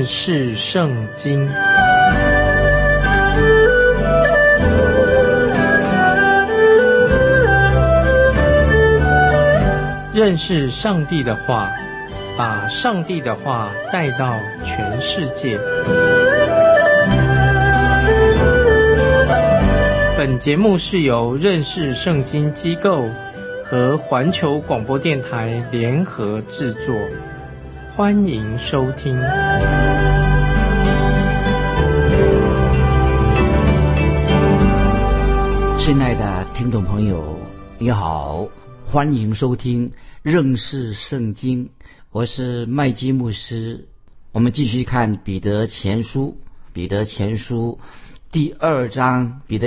识圣经。认识上帝的话，把上帝的话带到全世界。本节目是由认识圣经机构和环球广播电台联合制作，欢迎收听。 亲爱的听众朋友，你好，欢迎收听认识圣经，我是麦基牧师。我们继续看彼得前书第二章第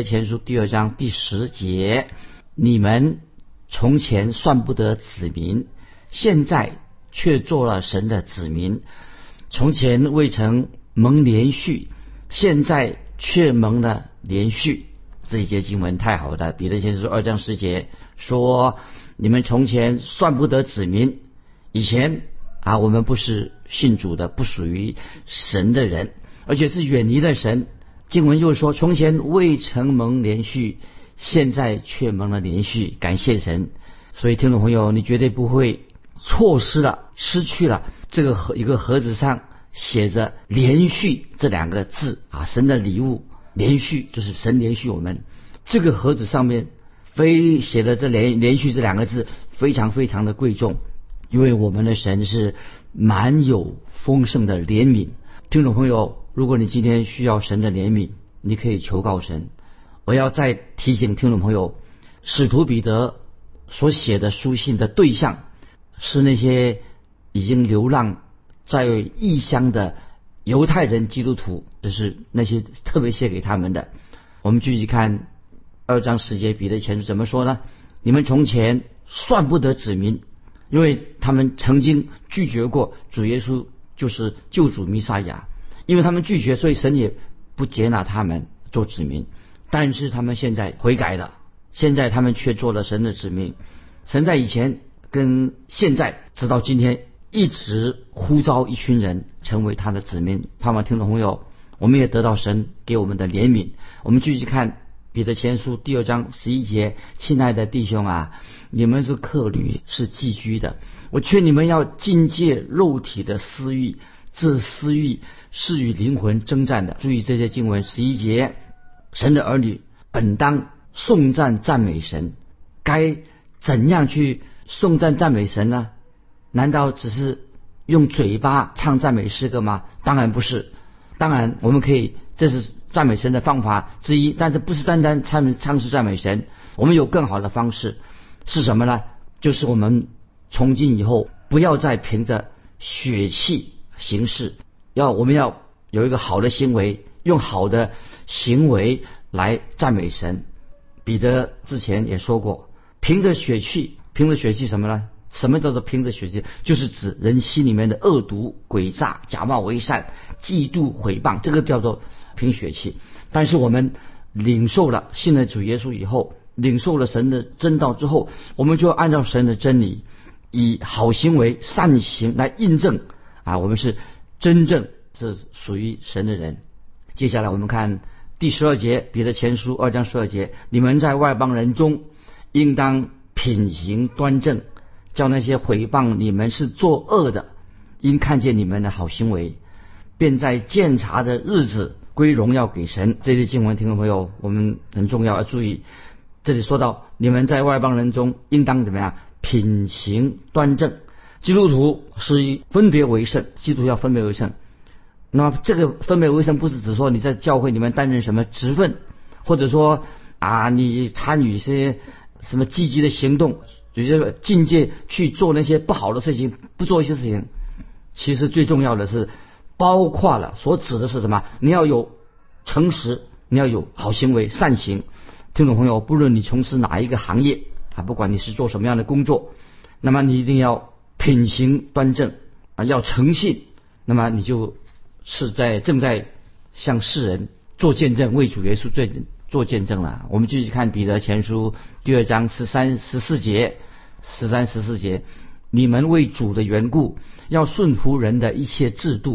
10节，你们从前算不得子民，现在却做了神的子民；从前未曾蒙连续，现在却蒙了连续。这一节经文太好了，彼得前书2章10节说，你们从前算不得子民，以前我们不是信主的，不属于神的人，而且是远离了神。经文又说，从前未曾蒙连续，现在却蒙了连续，感谢神。所以听众朋友，你绝对不会错失了，失去了这个一个盒子上写着连续这两个字神的礼物，连续就是神连续我们。这个盒子上面写的这连续这两个字非常非常的贵重，因为我们的神是满有丰盛的怜悯。听众朋友，如果你今天需要神的怜悯，你可以求告神。我要再提醒听众朋友，使徒彼得所写的书信的对象是那些已经流浪在异乡的犹太人基督徒，这是那些特别写给他们的。我们继续看2章10节，彼得前书怎么说呢？你们从前算不得子民，因为他们曾经拒绝过主耶稣就是救主弥撒亚，因为他们拒绝，所以神也不接纳他们做子民。但是他们现在悔改了，现在他们却做了神的子民。神在以前跟现在直到今天一直呼召一群人成为他的子民。盼望听众朋友，我们也得到神给我们的怜悯。我们继续看彼得前书2章11节，亲爱的弟兄你们是客旅，是寄居的，我劝你们要禁戒肉体的私欲，这私欲是与灵魂征战的。注意这些经文11节，神的儿女本当颂赞赞美神。该怎样去颂赞赞美神呢？难道只是用嘴巴唱赞美诗歌吗？当然不是。当然我们可以，这是赞美神的方法之一，但是不是单单唱诗赞美神，我们有更好的方式。是什么呢？就是我们从今以后不要再凭着血气行事，我们要有一个好的行为，用好的行为来赞美神。彼得之前也说过，凭着血气什么呢？什么叫做凭着血气？就是指人心里面的恶毒、诡诈、假冒为善、嫉妒、毁谤，这个叫做凭血气。但是我们领受了信了主耶稣以后，领受了神的真道之后，我们就按照神的真理，以好行为善行来印证我们是真正是属于神的人。接下来我们看第12节，彼得前书2章12节，你们在外邦人中应当品行端正，叫那些毁谤你们是作恶的，因看见你们的好行为，便在鉴察的日子归荣耀给神。这些经文听众朋友，我们很重要，要注意。这里说到你们在外邦人中应当怎么样？品行端正。基督徒是分别为圣，基督要分别为圣。那么这个分别为圣不是指说你在教会里面担任什么职分，或者说你参与一些什么积极的行动，就是境界去做那些不好的事情，不做一些事情。其实最重要的是包括了，所指的是什么？你要有诚实，你要有好行为善行。听众朋友，不论你从事哪一个行业不管你是做什么样的工作，那么你一定要品行端正要诚信，那么你就是正在向世人做见证，为主耶稣做见证了。我们继续看彼得前书2章13、14节，你们为主的缘故要顺服人的一切制度，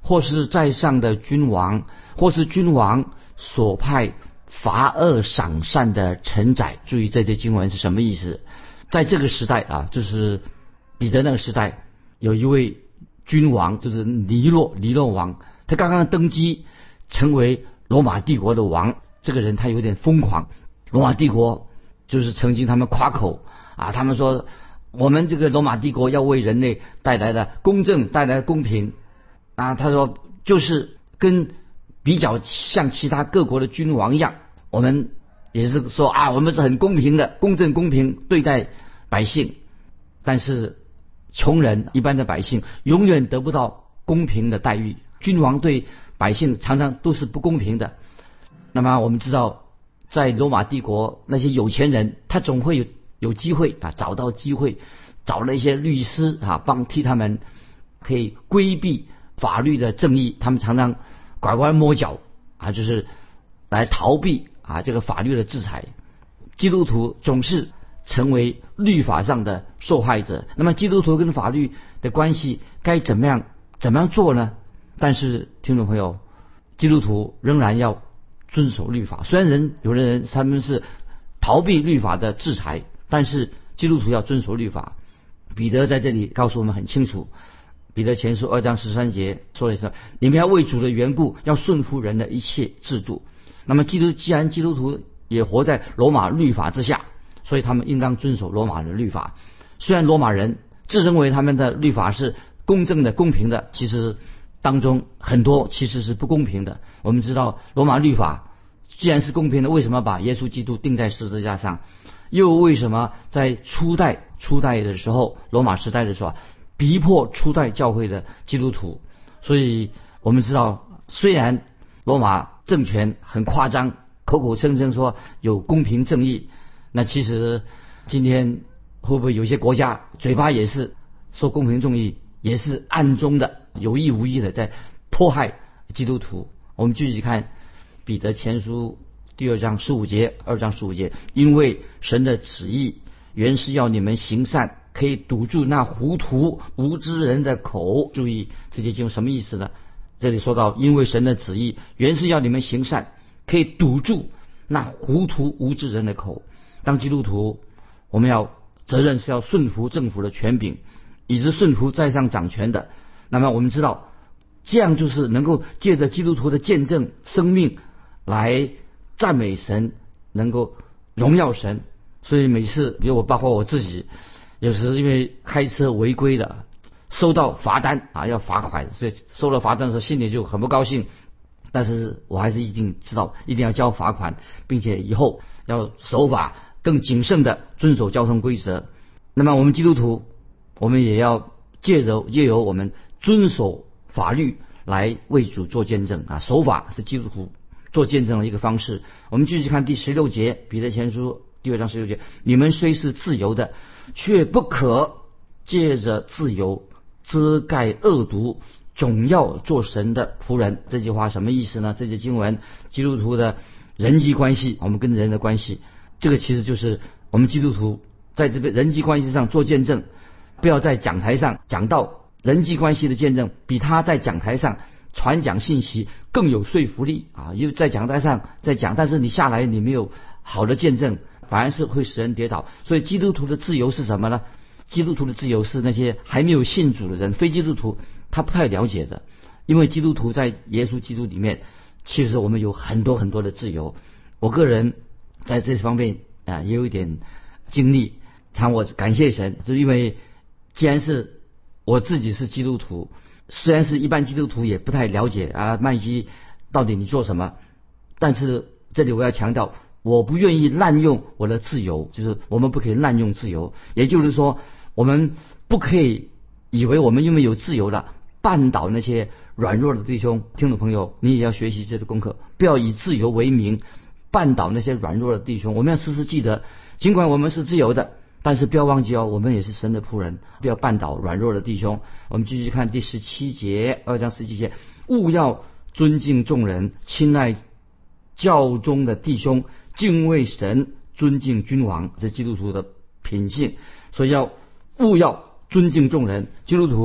或是在上的君王，或是君王所派罚恶赏善的臣宰。注意这些经文是什么意思？在这个时代啊，就是彼得那个时代，有一位君王，就是尼洛王，他刚刚登基成为罗马帝国的王。这个人他有点疯狂，罗马帝国就是曾经他们夸口啊，他们说我们这个罗马帝国要为人类带来的公正，带来的公平啊，他说就是跟比较像其他各国的君王一样，我们也是说啊，我们是很公平的，公正公平对待百姓。但是穷人一般的百姓永远得不到公平的待遇，君王对百姓常常都是不公平的。那么我们知道，在罗马帝国那些有钱人，他总会有机会啊，找到机会，找了一些律师啊，替他们可以规避法律的正义。他们常常拐弯抹角啊，就是来逃避啊这个法律的制裁。基督徒总是成为律法上的受害者。那么基督徒跟法律的关系该怎么样做呢？但是听众朋友，基督徒仍然要遵守律法。虽然有的人他们是逃避律法的制裁，但是基督徒要遵守律法。彼得在这里告诉我们很清楚，彼得前书2章13节说的是，你们要为主的缘故要顺服人的一切制度。那么既然基督徒也活在罗马律法之下，所以他们应当遵守罗马的律法。虽然罗马人自认为他们的律法是公正的公平的，其实当中很多其实是不公平的。我们知道罗马律法既然是公平的，为什么把耶稣基督钉在十字架上？又为什么在初代的时候，罗马时代的时候逼迫初代教会的基督徒？所以我们知道，虽然罗马政权很夸张，口口声声说有公平正义，那其实今天会不会有些国家嘴巴也是说公平正义，也是暗中的有意无意的在迫害基督徒？我们继续看彼得前书2章15节，因为神的旨意原是要你们行善，可以堵住那糊涂无知人的口。注意这些经文什么意思呢？这里说到，因为神的旨意原是要你们行善，可以堵住那糊涂无知人的口。当基督徒，我们责任是要顺服政府的权柄，以及顺服在上掌权的。那么我们知道，这样就是能够借着基督徒的见证生命来赞美神，能够荣耀神。所以每次比如包括我自己，有时因为开车违规的收到罚单啊，要罚款，所以收了罚单的时候心里就很不高兴。但是我还是一定知道一定要交罚款，并且以后要守法，更谨慎的遵守交通规则。那么我们基督徒，我们也要借由我们遵守法律来为主做见证啊。守法是基督徒做见证的一个方式。我们继续看第16节，彼得前书2章16节，你们虽是自由的，却不可借着自由遮盖恶毒，总要做神的仆人。这句话什么意思呢？这些经文，基督徒的人际关系，我们跟人的关系，这个其实就是我们基督徒在这边人际关系上做见证。不要在讲台上讲到人际关系的见证，比他在讲台上传讲信息更有说服力啊！因为在讲台上在讲，但是你下来你没有好的见证，反而是会使人跌倒。所以基督徒的自由是什么呢？基督徒的自由是那些还没有信主的人，非基督徒他不太了解的。因为基督徒在耶稣基督里面，其实我们有很多很多的自由。我个人在这方面也有一点经历，我感谢神，就因为既然是我自己是基督徒，虽然是一般基督徒也不太了解麦基到底你做什么，但是这里我要强调，我不愿意滥用我的自由，就是我们不可以滥用自由。也就是说，我们不可以以为我们因为有自由了绊倒那些软弱的弟兄。听众朋友，你也要学习这个功课，不要以自由为名绊倒那些软弱的弟兄。我们要时时记得，尽管我们是自由的，但是不要忘记我们也是神的仆人，不要绊倒软弱的弟兄。我们继续看第17节，2章17节，务要尊敬众人，亲爱教中的弟兄，敬畏神，尊敬君王，这基督徒的品性。所以务要尊敬众人。基督徒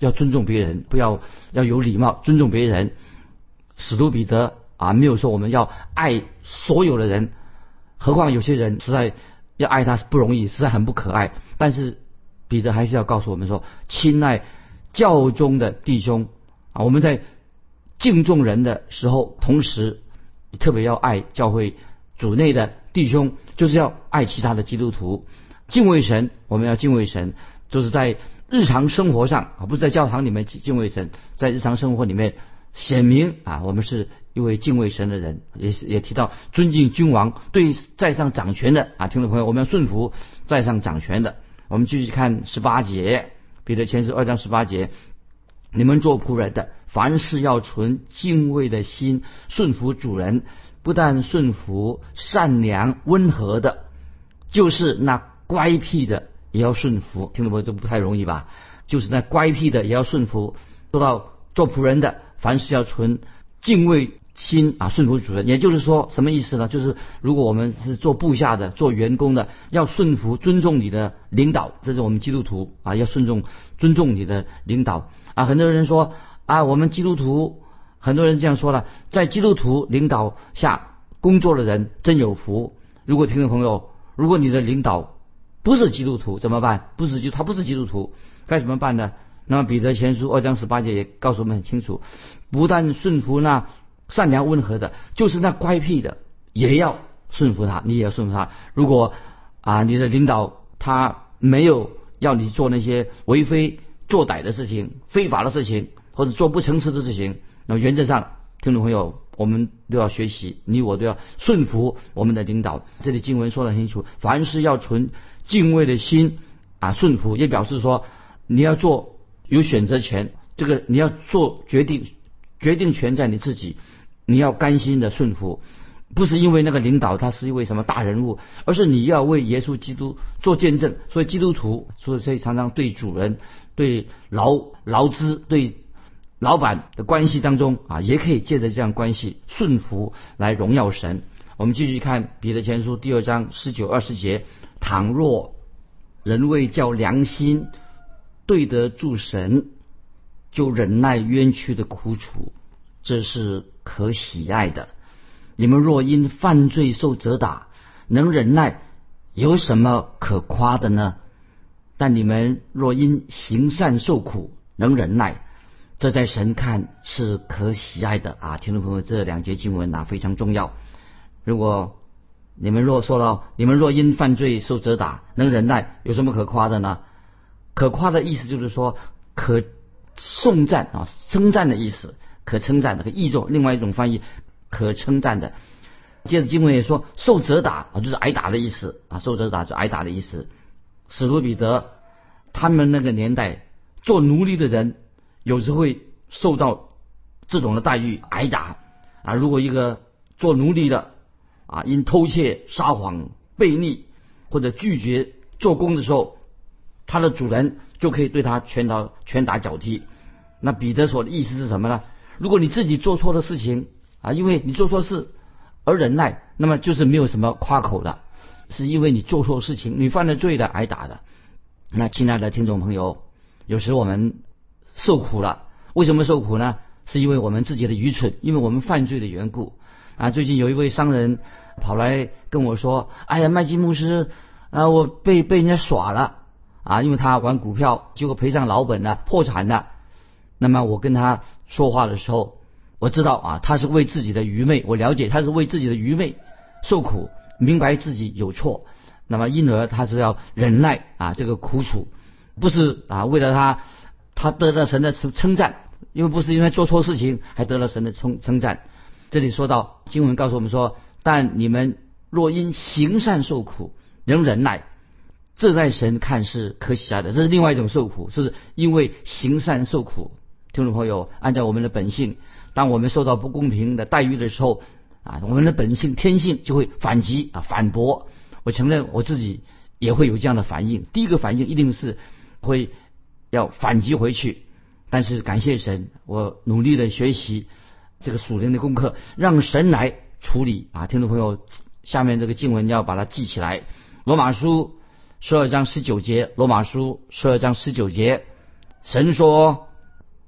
要尊重别人，不要有礼貌，尊重别人。使徒彼得没有说我们要爱所有的人，何况有些人实在要爱他是不容易，实在很不可爱。但是彼得还是要告诉我们说，亲爱教中的弟兄我们在敬重人的时候，同时特别要爱教会主内的弟兄，就是要爱其他的基督徒。敬畏神，我们要敬畏神，就是在日常生活上不是在教堂里面敬畏神，在日常生活里面显明我们是一位敬畏神的人。也提到尊敬君王，对在上掌权的听众朋友，我们要顺服在上掌权的。我们继续看18节，彼得前书2章18节，你们做仆人的，凡事要存敬畏的心，顺服主人，不但顺服善良温和的，就是那乖僻的也要顺服。听众朋友，这不太容易吧？就是那乖僻的也要顺服。说到做仆人的，凡事要存敬畏心顺服主人。也就是说什么意思呢？就是如果我们是做部下的，做员工的，要顺服尊重你的领导。这是我们基督徒要尊重你的领导很多人说我们基督徒，很多人这样说了，在基督徒领导下工作的人真有福。如果听众朋友，如果你的领导不是基督徒怎么办？他不是基督徒该怎么办呢？那么彼得前书2章18节也告诉我们很清楚，不但顺服那善良温和的，就是那乖僻的也要顺服他，你也要顺服他。如果你的领导他没有要你做那些为非作歹的事情、非法的事情，或者做不诚实的事情，那么原则上听众朋友，我们都要学习，你我都要顺服我们的领导。这里经文说得很清楚，凡事要存敬畏的心顺服，也表示说你要做有选择权，这个你要做决定权在你自己，你要甘心的顺服，不是因为那个领导他是一位什么大人物，而是你要为耶稣基督做见证。所以基督徒所以常常对主人、对劳资、对老板的关系当中也可以借着这样关系顺服来荣耀神。我们继续看彼得前书2章19、20节，倘若人为叫良心对得住神，就忍耐冤屈的苦楚，这是可喜爱的。你们若因犯罪受责打，能忍耐，有什么可夸的呢？但你们若因行善受苦，能忍耐，这在神看是可喜爱的听众朋友，这2节经文非常重要。如果你们若说到你们若因犯罪受责打，能忍耐，有什么可夸的呢？可夸的意思就是说可颂赞称赞的意思，可称赞的，可译作另外一种翻译可称赞的。接着经文也说受责打就是挨打的意思受责打就是挨打的意思。使徒彼得他们那个年代做奴隶的人有时会受到这种的待遇，挨打如果一个做奴隶的因偷窃、撒谎、悖逆或者拒绝做工的时候，他的主人就可以对他拳打脚踢。那彼得所的意思是什么呢？如果你自己做错的事情因为你做错事而忍耐，那么就是没有什么夸口的，是因为你做错事情，你犯了罪的挨打的。那亲爱的听众朋友，有时我们受苦了，为什么受苦呢？是因为我们自己的愚蠢，因为我们犯罪的缘故最近有一位商人跑来跟我说，哎呀，麦基牧师我被人家耍了因为他玩股票，结果赔上老本了，破产了。那么我跟他说话的时候，我知道他是为自己的愚昧，我了解他是为自己的愚昧受苦，明白自己有错，那么因而他是要忍耐这个苦楚，不是为了他得了神的称赞，因为不是因为做错事情还得了神的称赞。这里说到经文告诉我们说，但你们若因行善受苦，能忍耐，这在神看是可喜爱的。这是另外一种受苦，是因为行善受苦。听众朋友，按照我们的本性，当我们受到不公平的待遇的时候我们的本性天性就会反击反驳。我承认我自己也会有这样的反应，第一个反应一定是会要反击回去，但是感谢神，我努力的学习这个属灵的功课，让神来处理听众朋友，下面这个经文要把它记起来。罗马书12章19节，罗马书12章19节，神说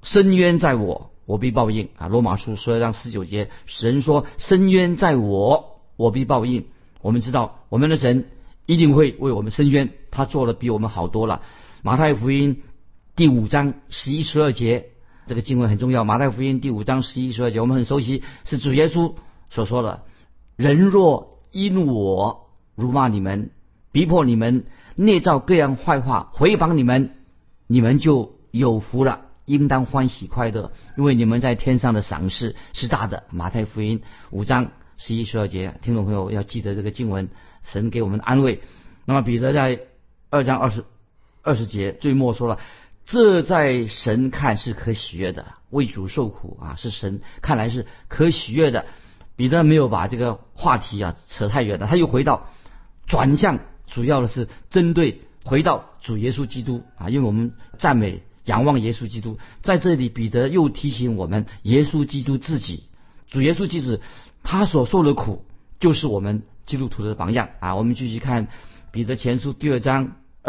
伸冤在我，我必报应啊。罗马书12章19节，神说伸冤在我，我必报应。我们知道我们的神一定会为我们伸冤，他做的比我们好多了。马太福音第5章11、12节，这个经文很重要。马太福音第5章11、12节，我们很熟悉，是主耶稣所说的：人若因我辱骂你们，逼迫你们，捏造各样坏话，毁谤你们，你们就有福了，应当欢喜快乐，因为你们在天上的赏识是大的。马太福音5章11、12节，听众朋友要记得这个经文，神给我们的安慰。那么彼得在2章20节最末说了：这在神看是可喜悦的，为主受苦啊，是神看来是可喜悦的。彼得没有把这个话题扯太远了，他又转向，主要的是针对回到主耶稣基督啊，因为我们赞美仰望耶稣基督，在这里彼得又提醒我们，耶稣基督自己，主耶稣基督他所受的苦就是我们基督徒的榜样啊。我们继续看彼得前书第2章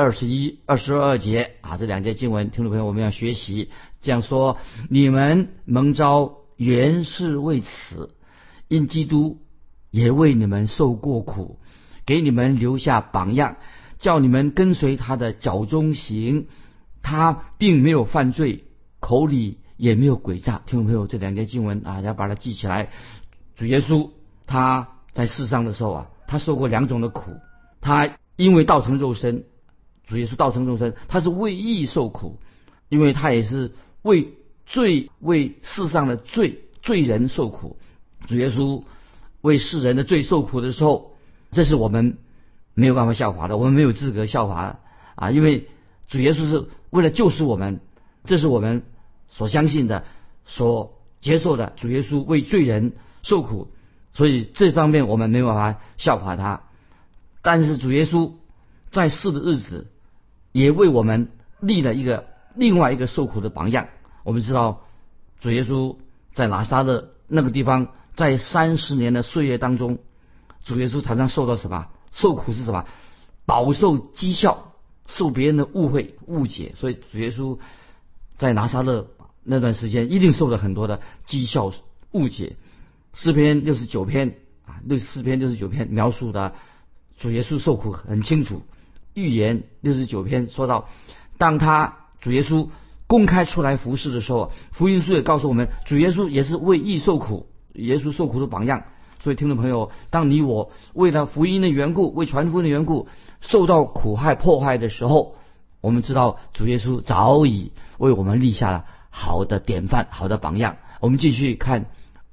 21、22节啊，这2节经文，听众朋友我们要学习。这样说：你们蒙召原是为此，因基督也为你们受过苦，给你们留下榜样，叫你们跟随他的脚中行。他并没有犯罪，口里也没有诡诈。听众朋友，这2节经文啊，要把它记起来。主耶稣他在世上的时候他受过2种的苦。他因为道成肉身，主耶稣道成肉身，他是为义受苦，因为他也是为世上的罪人受苦。主耶稣为世人的罪受苦的时候，这是我们没有办法效法的，我们没有资格效法啊，因为主耶稣是为了救赎我们，这是我们所相信的、所接受的。主耶稣为罪人受苦，所以这方面我们没有办法效法他。但是主耶稣在世的日子，也为我们立了另外一个受苦的榜样。我们知道，主耶稣在拿撒勒那个地方，在30年的岁月当中，主耶稣常常受到什么？受苦是什么？饱受讥笑，受别人的误会误解。所以主耶稣在拿撒勒那段时间一定受了很多的讥笑误解。诗篇69篇64篇69篇描述的主耶稣受苦很清楚。预言69篇说到，当主耶稣公开出来服侍的时候，福音书也告诉我们，主耶稣也是为义受苦，耶稣受苦的榜样。所以听众朋友，当你我为了福音的缘故，为传福音的缘故受到苦害迫害的时候，我们知道主耶稣早已为我们立下了好的典范，好的榜样。我们继续看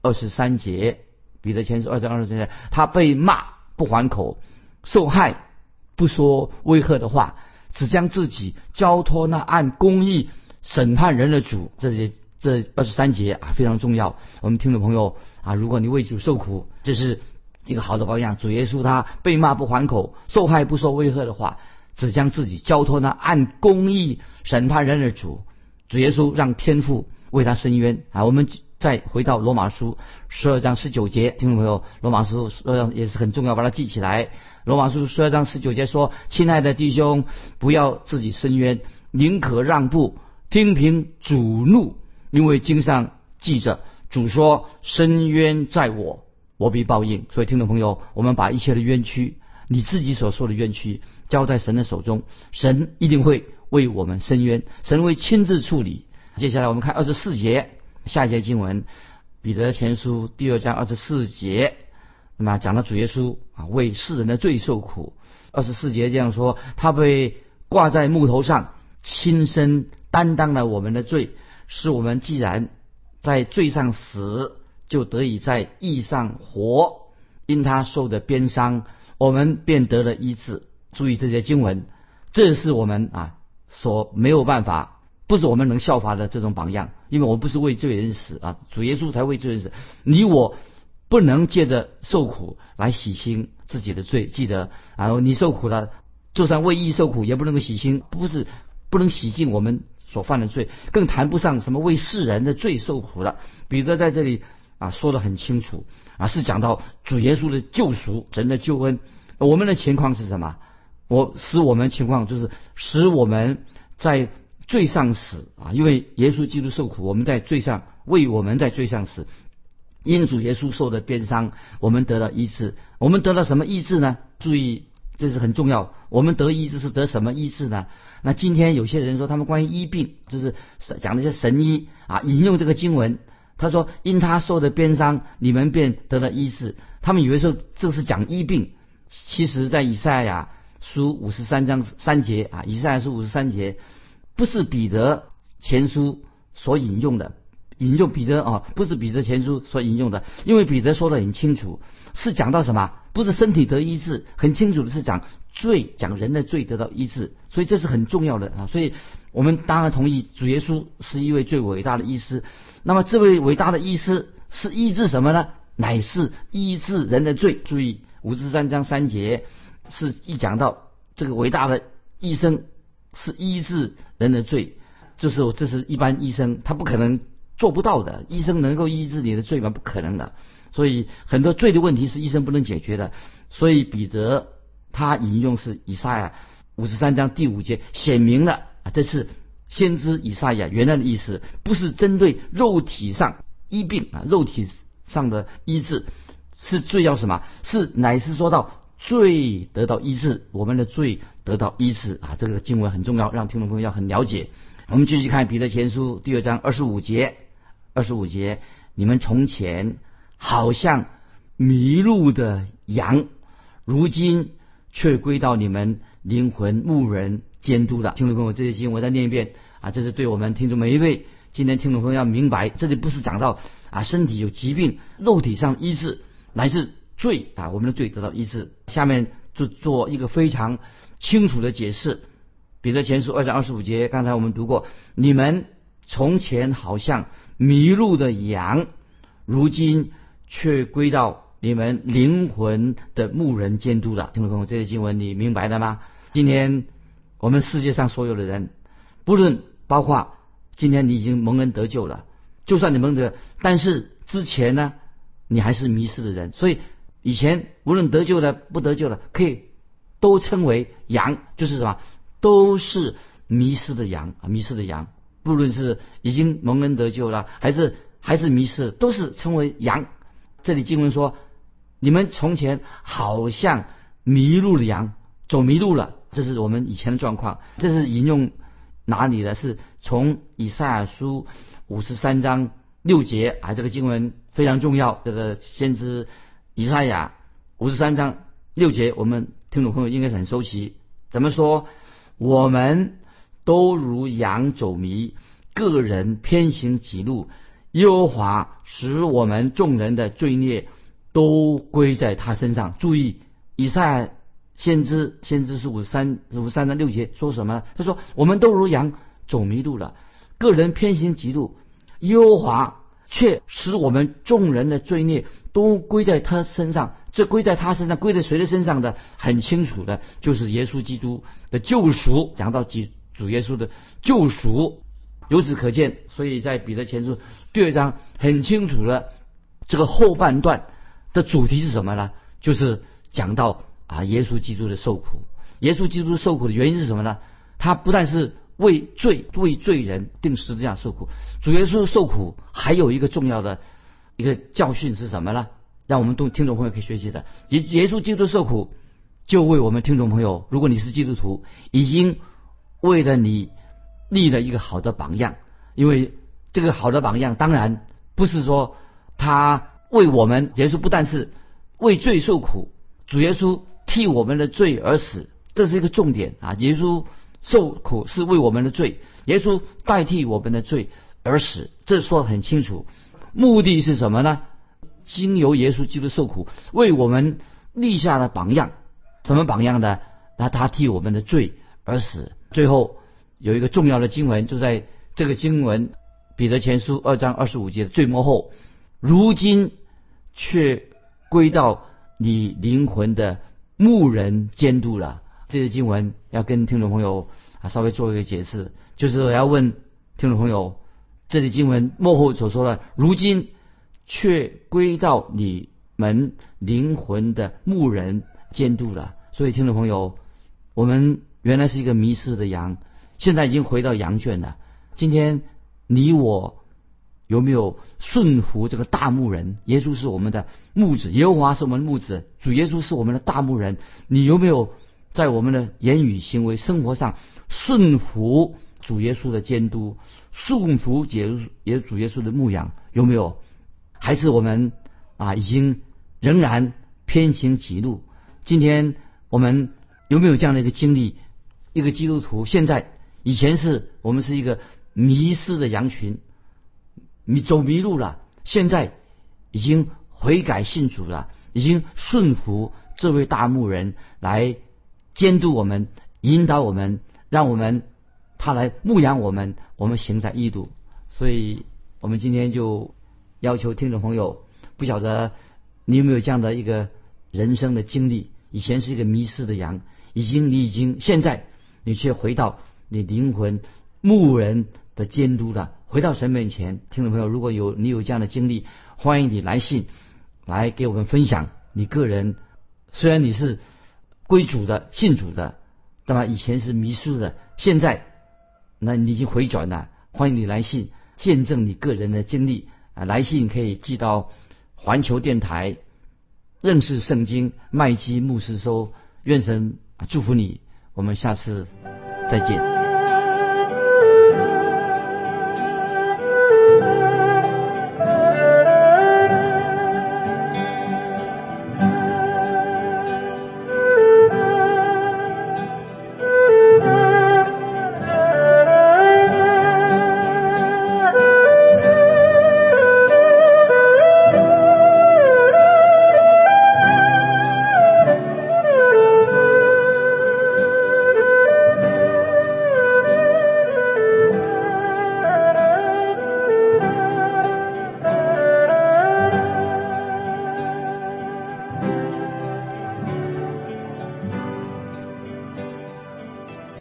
23节，彼得前书2章23节，他被骂不还口，受害不说威吓的话，只将自己交托那按公义审判人的主。这23节非常重要。我们听众朋友如果你为主受苦，这是一个好的榜样。主耶稣他被骂不还口，受害不说威吓的话，只将自己交托那按公义审判人的主。主耶稣让天父为他伸冤我们再回到罗马书12章19节，听众朋友，罗马书12章也是很重要，把它记起来。罗马书12章19节说：亲爱的弟兄，不要自己伸冤，宁可让步，听凭主怒，因为经上记着，主说：伸冤在我，我必报应。所以听众朋友，我们把一切的冤屈，你自己所说的冤屈交在神的手中，神一定会为我们伸冤，神会亲自处理。接下来我们看24节，下一节经文，彼得前书第2章24节，那么讲到主耶稣为世人的罪受苦。24节这样说：他被挂在木头上，亲身担当了我们的罪，使我们既然在罪上死，就得以在义上活。因他受的鞭伤，我们便得了医治。注意这些经文，这是我们所没有办法，不是我们能效法的这种榜样，因为我们不是为罪人死主耶稣才为罪人死。你我不能借着受苦来洗清自己的罪。记得你受苦了，就算为义受苦，也不能够洗清，不能洗净我们所犯的罪，更谈不上什么为世人的罪受苦了。彼得在这里说得很清楚是讲到主耶稣的救赎，神的救恩。我们的情况是什么？我们情况就是使我们在罪上死啊，因为耶稣基督受苦，我们在罪上为我们在罪上死，因主耶稣受的鞭伤，我们得到医治。我们得到什么医治呢？注意，这是很重要。我们得医治是得什么医治呢？那今天有些人说他们关于医病，就是讲那些神医啊，引用这个经文，他说因他受的鞭伤，你们便得了医治。他们以为说这是讲医病，其实在以赛亚书53章3节啊，以赛亚书53节不是彼得前书所引用的，引用彼得啊，不是彼得前书所引用的，因为彼得说得很清楚，是讲到什么？不是身体得医治，很清楚的是讲罪，讲人的罪得到医治，所以这是很重要的啊。所以我们当然同意主耶稣是一位最伟大的医师。那么这位伟大的医师是医治什么呢？乃是医治人的罪。注意53章3节是一讲到这个伟大的医生是医治人的罪，就是这是一般医生他不可能做不到的，医生能够医治你的罪吗？不可能的。所以很多罪的问题是医生不能解决的。所以彼得他引用是以赛亚53章第5节，显明了啊，这是先知以赛亚原来的意思，不是针对肉体上医病啊，肉体上的医治，是罪要什么？乃是说到罪得到医治，我们的罪得到医治啊，这个经文很重要，让听众朋友要很了解。我们继续看彼得前书第2章25节，你们从前好像迷路的羊，如今却归到你们灵魂牧人监督了。听众朋友，这些经文我再念一遍啊，这是对我们听众每一位今天听众朋友要明白，这里不是讲到啊身体有疾病，肉体上医治，乃是罪啊，我们的罪得到医治。下面就做一个非常清楚的解释。彼得前书2章25节，刚才我们读过，你们从前好像迷路的羊，如今却归到你们灵魂的牧人监督了。听众朋友，这些经文你明白了吗？今天我们世界上所有的人，不论包括今天你已经蒙恩得救了，就算你蒙得，但是之前呢，你还是迷失的人。所以以前无论得救的不得救的，可以都称为羊，就是什么？都是迷失的羊啊，迷失的羊，不论是已经蒙恩得救了，还是迷失，都是称为羊。这里经文说，你们从前好像迷路的羊，走迷路了，这是我们以前的状况。这是引用哪里的？是从以赛亚书53章6节啊，这个经文非常重要。这个先知以赛亚53章6节，我们听众朋友应该是很熟悉。怎么说？我们都如羊走迷，个人偏行己路，耶和华使我们众人的罪孽都归在他身上。注意，以赛亚先知是53章6节说什么呢？他说我们都如羊走迷路了，个人偏行己路，耶和华却使我们众人的罪孽都归在他身上。这归在他身上，归在谁的身上的？很清楚的，就是耶稣基督的救赎。讲到主耶稣的救赎，由此可见，所以在彼得前书第2章很清楚了，这个后半段的主题是什么呢？就是讲到啊耶稣基督的受苦。耶稣基督受苦的原因是什么呢？他不但是为罪人定十字架受苦，主耶稣受苦还有一个重要的一个教训是什么呢？让我们听众朋友可以学习的，耶稣基督受苦，就为我们听众朋友，如果你是基督徒，已经为了你立了一个好的榜样。因为这个好的榜样，当然不是说他为我们，耶稣不但是为罪受苦，主耶稣替我们的罪而死，这是一个重点啊！耶稣受苦是为我们的罪，耶稣代替我们的罪而死，这说得很清楚。目的是什么呢？经由耶稣基督受苦，为我们立下了榜样。什么榜样呢？那他替我们的罪而死。最后有一个重要的经文，就在这个经文彼得前书2章25节的最末后，如今却归到你灵魂的牧人监督了。这些经文要跟听众朋友稍微做一个解释，就是我要问听众朋友，这里经文末后所说的如今却归到你们灵魂的牧人监督了。所以听众朋友，我们原来是一个迷失的羊， 现在已经回到羊圈了。今天你我有没有顺服这个大牧人？耶稣是我们的牧者，耶和华是我们的牧者，主耶稣是我们的大牧人。你有没有在我们的言语行为生活上顺服主耶稣的监督，顺服主耶稣的牧养？有没有？还是我们已经仍然偏行己路？今天我们有没有这样的一个经历？一个基督徒以前我们是一个迷失的羊群，走迷路了，现在已经悔改信主了，已经顺服这位大牧人来监督我们，引导我们，让他来牧养我们，我们行在义路。所以我们今天就要求听众朋友，不晓得你有没有这样的一个人生的经历？以前是一个迷失的羊，现在你却回到你灵魂牧人的监督了，回到神面前。听众朋友，如果你有这样的经历，欢迎你来信来给我们分享。你个人虽然你是归主的信主的，那么以前是迷失的，现在那你已经回转了，欢迎你来信见证你个人的经历。来信可以寄到环球电台认识圣经麦基牧师收。愿神祝福你，我们下次再见。